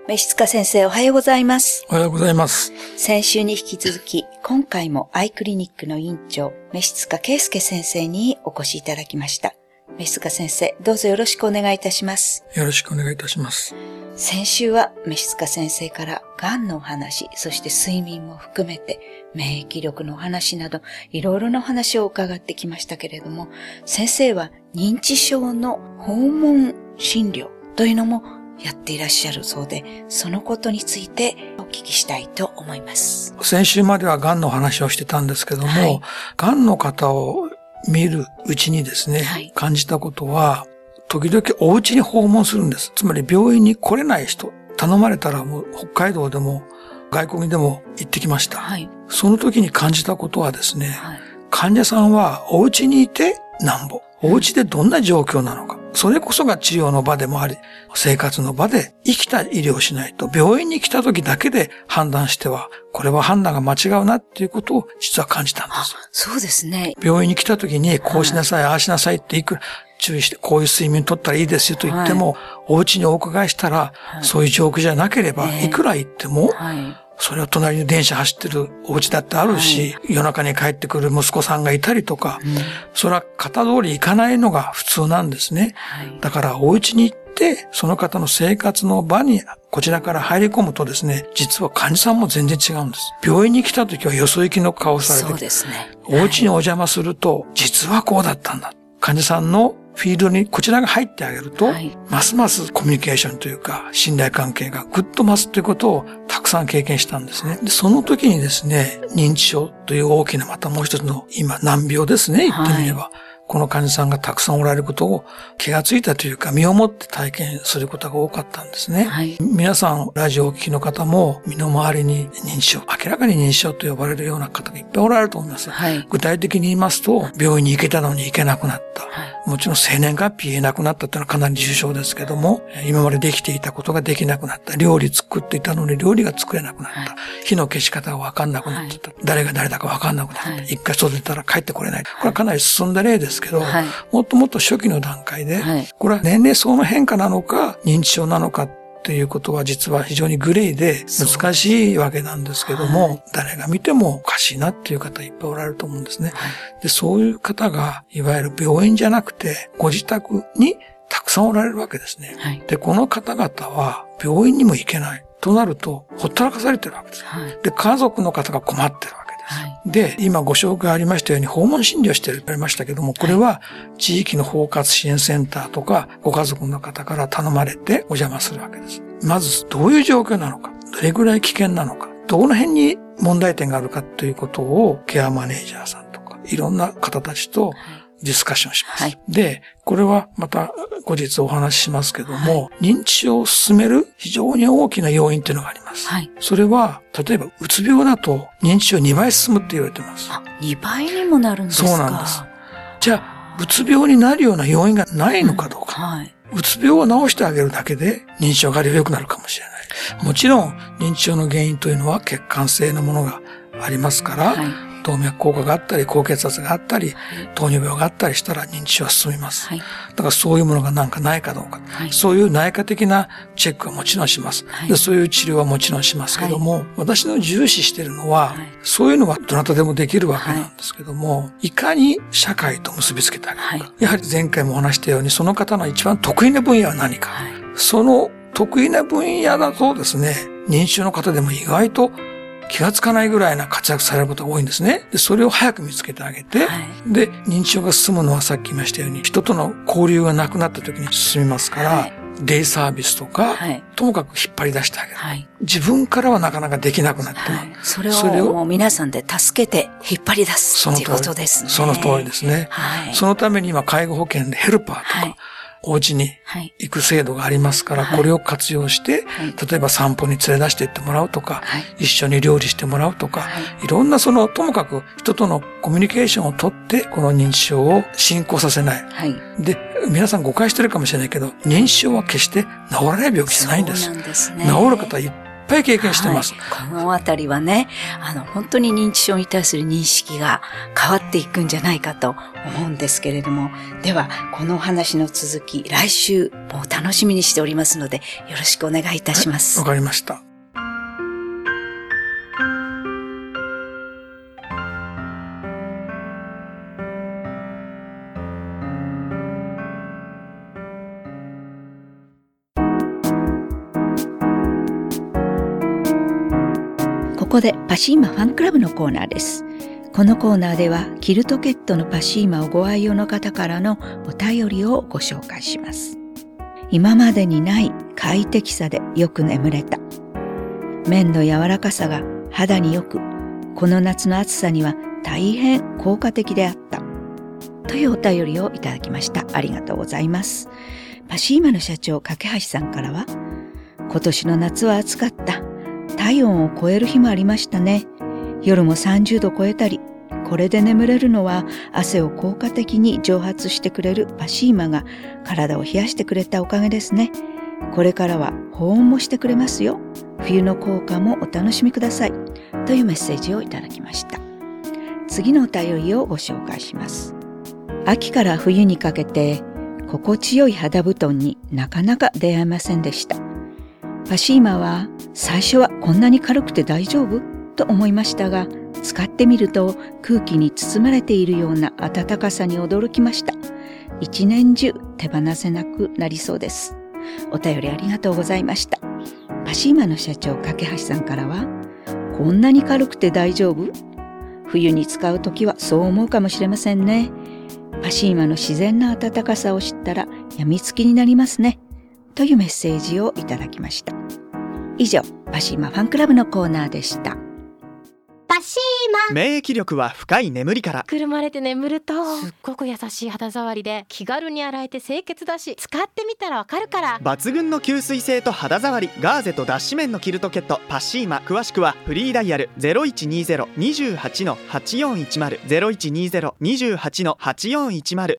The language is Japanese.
召塚先生、おはようございます。 おはようございます。 先週に引き続き、今回もアイクリニックの院長、召塚圭介先生にお越しいただきました。召塚先生、どうぞよろしくお願いいたします。 よろしくお願いいたします。 先週は召塚先生からがんのお話、そして睡眠も含めて免疫力のお話などいろいろなお話を伺ってきましたけれども、先生は認知症の訪問診療というのもやっていらっしゃるそうで、そのことについてお聞きしたいと思います。 先週まではがんの話をしてたんですけども、がんの方を見るうちにですね、感じたことは、時々お家に訪問するんです。つまり病院に来れない人、頼まれたらもう北海道でも外国にでも行ってきました。その時に感じたことはですね、患者さんはお家にいてなんぼ、お家でどんな状況なのか、それこそが治療の場でもあり、生活の場で生きた医療をしないと、病院に来た時だけで判断しては、これは判断が間違うなっていうことを実は感じたんです。 そうですね。 病院に来た時に、こうしなさい、ああしなさいっていくら注意して、こういう睡眠取ったらいいですよと言っても、お家にお伺いしたら、そういう状況じゃなければ、いくら言っても、それは隣に電車走ってるお家だってあるし、夜中に帰ってくる息子さんがいたりとか、それは型通りいかないのが普通なんですね。だからお家に行って、その方の生活の場にこちらから入り込むとですね、実は患者さんも全然違うんです。病院に来た時はよそ行きの顔されて、 そうですね。 お家にお邪魔すると、実はこうだったんだ。患者さんのフィールドにこちらが入ってあげると、ますますコミュニケーションというか、信頼関係がぐっと増すということをたくさん経験したんですね。で、その時にですね、認知症という大きなまたもう一つの今難病ですね、言ってみれば。この患者さんがたくさんおられることを気がついたというか、身をもって体験することが多かったんですね。皆さん、ラジオをお聞きの方も、身の回りに認知症、明らかに認知症と呼ばれるような方がいっぱいおられると思います。具体的に言いますと、病院に行けたのに行けなくなった。もちろん生年月日言えなくなったというのはかなり重症ですけども、今までできていたことができなくなった。料理作っていたのに料理が作れなくなった。火の消し方がわかんなくなってた。誰が誰だかわかんなくなった。一回外出たら帰ってこれない。これはかなり進んだ例ですけど、もっともっと初期の段階で、これは年齢層の変化なのか、認知症なのかっていうことは実は非常にグレーで難しいわけなんですけども、誰が見てもおかしいなっていう方いっぱいおられると思うんですね。で、そういう方が、いわゆる病院じゃなくて、ご自宅にたくさんおられるわけですね。で、この方々は病院にも行けない。となると、ほったらかされてるわけです。で、家族の方が困ってるわけです。で、今ご紹介ありましたように訪問診療してるとありましたけども、これは地域の包括支援センターとかご家族の方から頼まれてお邪魔するわけです。まずどういう状況なのか、どれぐらい危険なのか、どの辺に問題点があるかということをケアマネージャーさんとかいろんな方たちとディスカッションします。で、これはまた後日お話ししますけども、認知症を進める非常に大きな要因っていうのがあります。それは、例えば、うつ病だと認知症2倍進むって言われてます。 2倍にもなるんですか？ そうなんです。じゃあ、うつ病になるような要因がないのかどうか。うつ病を治してあげるだけで認知症が良くなるかもしれない。もちろん、認知症の原因というのは血管性のものがありますから、動脈硬化があったり、高血圧があったり、糖尿病があったりしたら認知症は進みます。だからそういうものがなんかないかどうか。そういう内科的なチェックはもちろんします。で、そういう治療はもちろんしますけども、私の重視しているのは、そういうのはどなたでもできるわけなんですけども、いかに社会と結びつけてあげるか。やはり前回もお話したように、その方の一番得意な分野は何か。その得意な分野だとですね、認知症の方でも意外と気がつかないぐらいな活躍されることが多いんですね。で、それを早く見つけてあげて、で、認知症が進むのはさっき言いましたように、人との交流がなくなった時に進みますから、デイサービスとか、ともかく引っ張り出してあげる。自分からはなかなかできなくなってます。 それをもう皆さんで助けて引っ張り出すっていうことですね。 その通りですね。そのために今介護保険でヘルパーとか、お家に行く制度がありますから、これを活用して、例えば散歩に連れ出して行ってもらうとか、一緒に料理してもらうとか、いろんなともかく人とのコミュニケーションをとって、この認知症を進行させない。で、皆さん誤解してるかもしれないけど、認知症は決して治らない病気じゃないんです。治る方はいっぱい経験してます。 このあたりはね、本当に認知症に対する認識が変わっていくんじゃないかと思うんですけれども、では、このお話の続き、来週も楽しみにしておりますので、よろしくお願いいたします。 わかりました。 ここでパシーマファンクラブのコーナーです。このコーナーではキルトケットのパシーマをご愛用の方からのお便りをご紹介します。今までにない快適さでよく眠れた。綿の柔らかさが肌によく、この夏の暑さには大変効果的であった。というお便りをいただきました。ありがとうございます。パシーマの社長、架橋さんからは、今年の夏は暑かった。体温を超える日もありましたね。夜も30度超えたり、これで眠れるのは汗を効果的に蒸発してくれるパシーマが体を冷やしてくれたおかげですね。これからは保温もしてくれますよ。冬の効果もお楽しみください。というメッセージをいただきました。次のお便りをご紹介します。秋から冬にかけて心地よい肌布団になかなか出会えませんでした。パシーマは最初はこんなに軽くて大丈夫と思いましたが、使ってみると空気に包まれているような暖かさに驚きました。一年中手放せなくなりそうです。お便りありがとうございました。パシーマの社長、架橋さんからは、こんなに軽くて大丈夫？冬に使うときはそう思うかもしれませんね。パシーマの自然な暖かさを知ったら病みつきになりますね。というメッセージをいただきました。以上、パシーマファンクラブのコーナーでした。 パシーマ。 免疫力は深い眠りから。 くるまれて眠るとすっごく優しい肌触りで気軽に洗えて清潔だし、使ってみたらわかるから。 抜群の吸水性と肌触り、ガーゼと脱脂綿のキルトケットパシーマ。詳しくはフリーダイヤル 0120-28-8410 0120-28-8410